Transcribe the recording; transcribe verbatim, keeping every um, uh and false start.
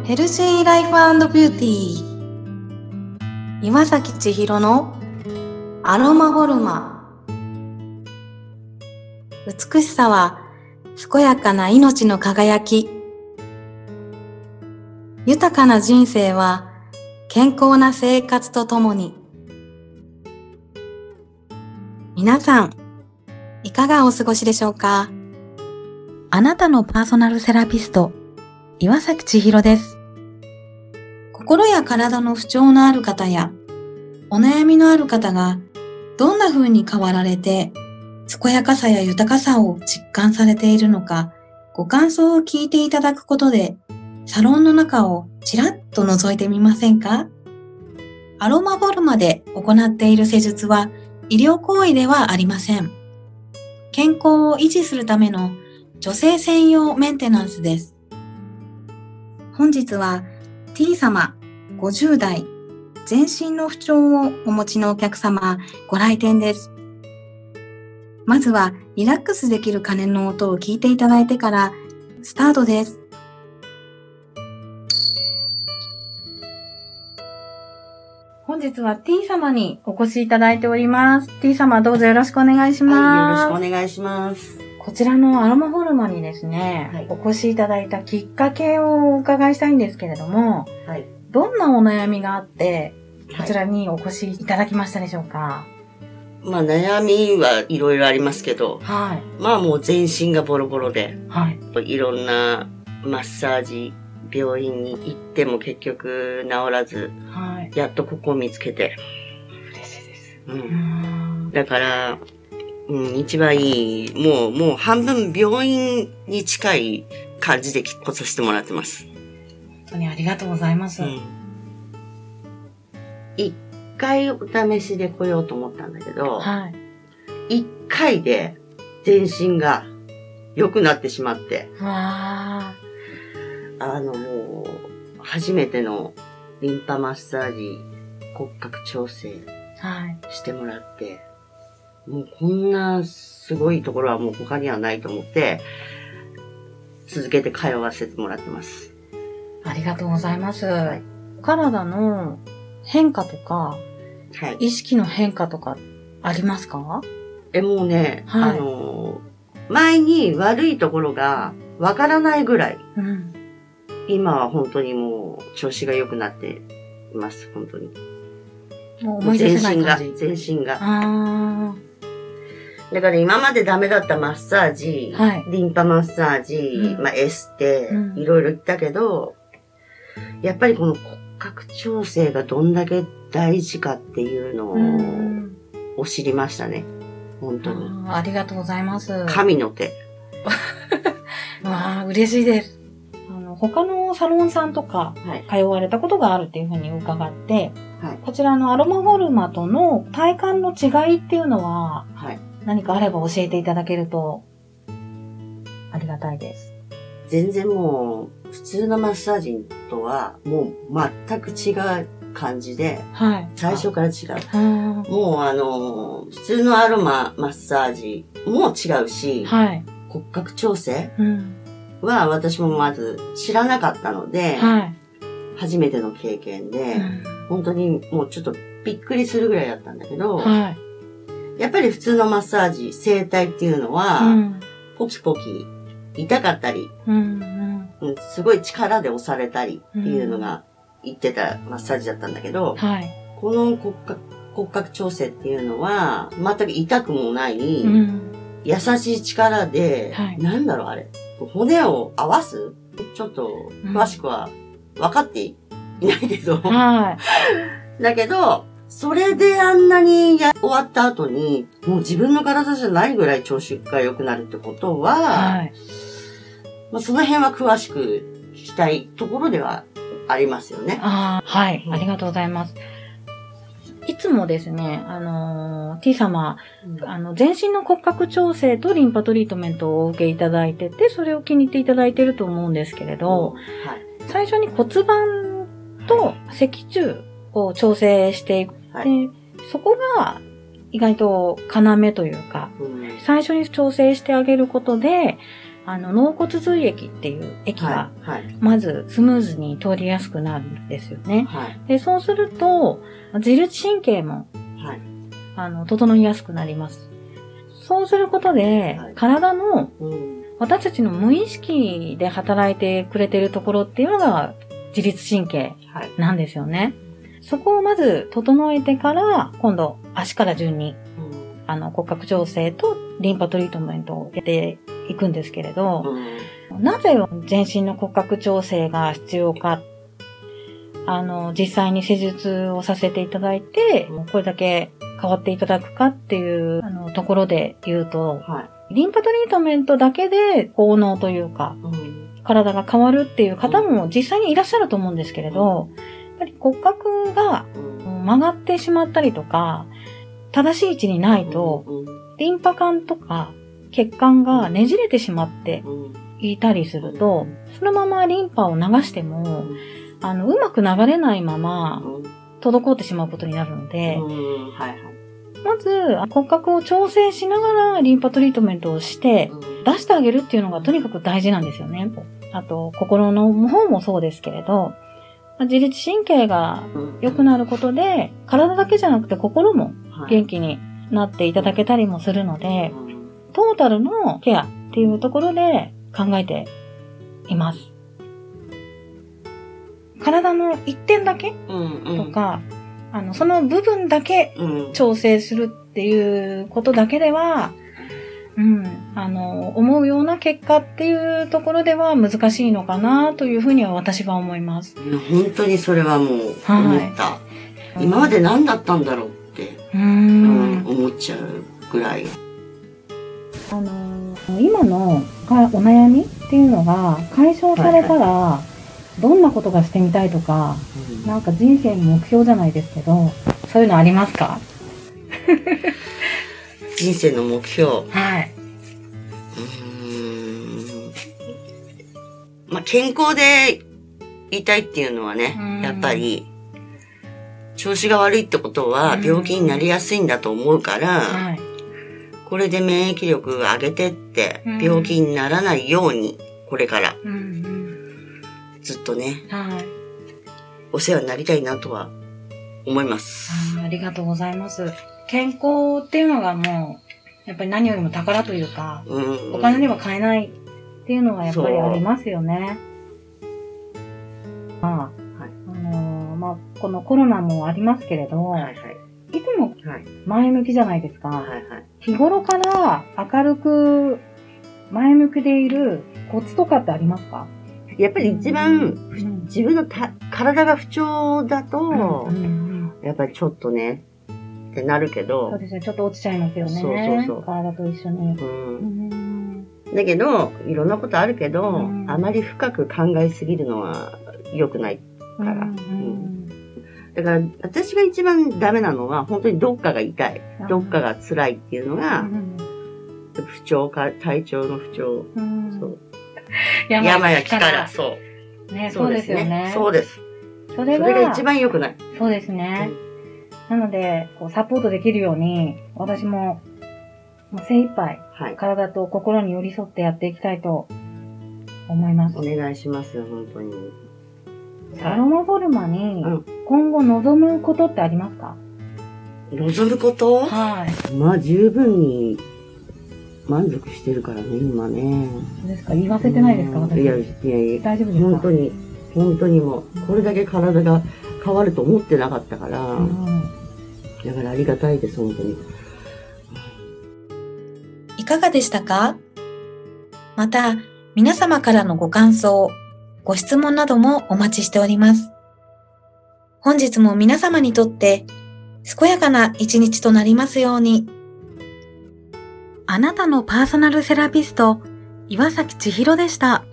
ヘルシーライフ&ビューティー岩崎千尋のアロマフォルマ。美しさは健やかな命の輝き。豊かな人生は健康な生活とともに。皆さんいかがお過ごしでしょうか。あなたのパーソナルセラピスト岩崎千尋です。心や体の不調のある方やお悩みのある方がどんな風に変わられて健やかさや豊かさを実感されているのか、ご感想を聞いていただくことでサロンの中をちらっと覗いてみませんか。アロマフォルマで行っている施術は医療行為ではありません。健康を維持するための女性専用メンテナンスです。本日は T 様ごじゅう代全身の不調をお持ちのお客様ご来店です。まずはリラックスできる鐘の音を聞いていただいてからスタートです。本日は T 様にお越しいただいております。T 様どうぞよろしくお願いします。 はい、よろしくお願いします。 こちらのアロマフォルマにですね、はい、お越しいただいたきっかけをお伺いしたいんですけれども、はい、どんなお悩みがあってこちらにお越しいただきましたでしょうか。はい、 まあ悩みはいろいろありますけど、はい、まあもう全身がボロボロで、はい、いろんなマッサージ病院に行っても結局治らず、はい、やっとここを見つけて嬉しいです、 うん、だからうん、一番いい、もう、もう半分病院に近い感じで来させてもらってます。 本当にありがとうございます。うん、 一回お試しで来ようと思ったんだけど、はい、一回で全身が良くなってしまって、わー、あの、もう、初めてのリンパマッサージ、骨格調整してもらって、はい、もうこんなすごいところはもう他にはないと思って、続けて通わせてもらってます。 ありがとうございます。はい、体の変化とか、はい、意識の変化とかありますか？ え、もうね、はい、あの、前に悪いところがわからないぐらい、うん、今は本当にもう調子が良くなっています、本当に。 もう思い出せない感じ。 全身が、全身が。あー。だから今までダメだったマッサージ、はい、リンパマッサージ、うん、まあ、エステ、うん、いろいろ言ったけど、やっぱりこの骨格調整がどんだけ大事かっていうのを、うん、を知りましたね。本当に。 あ、ありがとうございます。 神の手。 わあ、嬉しいです。あの、他のサロンさんとか、通われたことがあるっていうふうに伺って、はい、こちらのアロマフォルマとの体感の違いっていうのは、はい、何かあれば教えていただけるとありがたいです。 全然もう普通のマッサージとはもう全く違う感じで、はい、最初から違う。もうあの普通のアロママッサージも違うし、はい、骨格調整は私もまず知らなかったので、はい、初めての経験で、うん、本当にもうちょっとびっくりするぐらいだったんだけど、はい、やっぱり普通のマッサージ、整体っていうのは、うん、ポキポキ痛かったり、うんうん、すごい力で押されたりっていうのが言ってたマッサージだったんだけど、はい、この骨格、骨格調整っていうのは全く痛くもない、うん、優しい力で、はい、なんだろうあれ、骨を合わす？ちょっと詳しくは分かっていないけど、はい、だけど、それであんなにや終わった後に、もう自分の体じゃないぐらい調子が良くなるってことは、はい、まあ、その辺は詳しく聞きたいところではありますよね。 あ、はい、ありがとうございます。いつもですね、あのー、T 様、うん、あの、全身の骨格調整とリンパトリートメントをお受けいただいてて、それを気に入っていただいていると思うんですけれど、うん、はい、最初に骨盤と脊柱を調整していく。はい、で、そこが意外と要というか、うん、最初に調整してあげることで、 あの、脳骨髄液っていう液が、まずスムーズに通りやすくなるんですよね。はい、で、そうすると、自律神経も、はい、あの、整いやすくなります。そうすることで、はい、体の、うん、私たちの無意識で働いてくれてるところっていうのが自律神経なんですよね。はい、そこをまず整えてから、今度足から順に、うん、あの、骨格調整とリンパトリートメントをやっていくんですけれど、うん、なぜ全身の骨格調整が必要か、あの、実際に施術をさせていただいて、これだけ変わっていただくかっていうあのところで言うと、はい、リンパトリートメントだけで効能というか、うん、体が変わるっていう方も実際にいらっしゃると思うんですけれど、やっぱり骨格が曲がってしまったりとか、正しい位置にないと、リンパ管とか血管がねじれてしまっていたりすると、そのままリンパを流しても、あの、うまく流れないまま、滞ってしまうことになるので、うんはいはい、まず骨格を調整しながらリンパトリートメントをして出してあげるっていうのがとにかく大事なんですよね。あと心の方もそうですけれど、自律神経が良くなることで体だけじゃなくて心も元気になっていただけたりもするので、トータルのケアっていうところで考えています。体の一点だけ、うんうん、とか、あの、その部分だけ調整するっていうことだけでは、うん、あの、思うような結果っていうところでは難しいのかなというふうには私は思います。 本当にそれはもう思った。はい、今まで何だったんだろうって、うん、思っちゃうぐらい。 あの、今のお悩みっていうのが解消されたら、はいはい、どんなことがしてみたいとか、うん、なんか人生の目標じゃないですけど、そういうのありますか？ 人生の目標。 はい。 うーん。まあ、健康でいたいっていうのはね、やっぱり、調子が悪いってことは病気になりやすいんだと思うから、はい、これで免疫力上げてって、病気にならないように、これから。うんうんずっとね、はい、お世話になりたいなとは思います。 あ、ありがとうございます。健康っていうのがもう、やっぱり何よりも宝というか、うんうん、お金では買えないっていうのはやっぱりありますよね。まあ、はい、あのー、まあ、このコロナもありますけれど、はいはい、いつも前向きじゃないですか。はいはい、日頃から明るく前向きでいるコツとかってありますか？ やっぱり一番、うん、自分のた体が不調だと、うんうんうん、やっぱりちょっとね、ってなるけど。 そうですね、ちょっと落ちちゃいますよね。そうそうそう。体と一緒に。うんうん、だけど、いろんなことあるけど、うん、あまり深く考えすぎるのは良くないから。うんうん、だから、私が一番ダメなのは、本当にどっかが痛い、どっかが辛いっていうのが、うん、不調か、体調の不調。うん、そう病や来たら、そう。 ね、そうですよね。 そうです。それが、それが一番良くない。 そうですね。うん、なので、こう、サポートできるように、私も、もう精一杯、はい、体と心に寄り添ってやっていきたいと思います。 お願いしますよ、本当に。 アロマフォルマに、今後望むことってありますか？ 望むこと？ はい。 まあ、十分に、満足してるからね、今ね。 そうですか？言わせてないですか？私。 いや、いやいや、 大丈夫ですか？ 本当に、本当にもう、これだけ体が変わると思ってなかったから、うん、だからありがたいです、本当に。 いかがでしたか？また、皆様からのご感想、ご質問などもお待ちしております。本日も皆様にとって、健やかな一日となりますように。あなたのパーソナルセラピスト、岩崎千尋でした。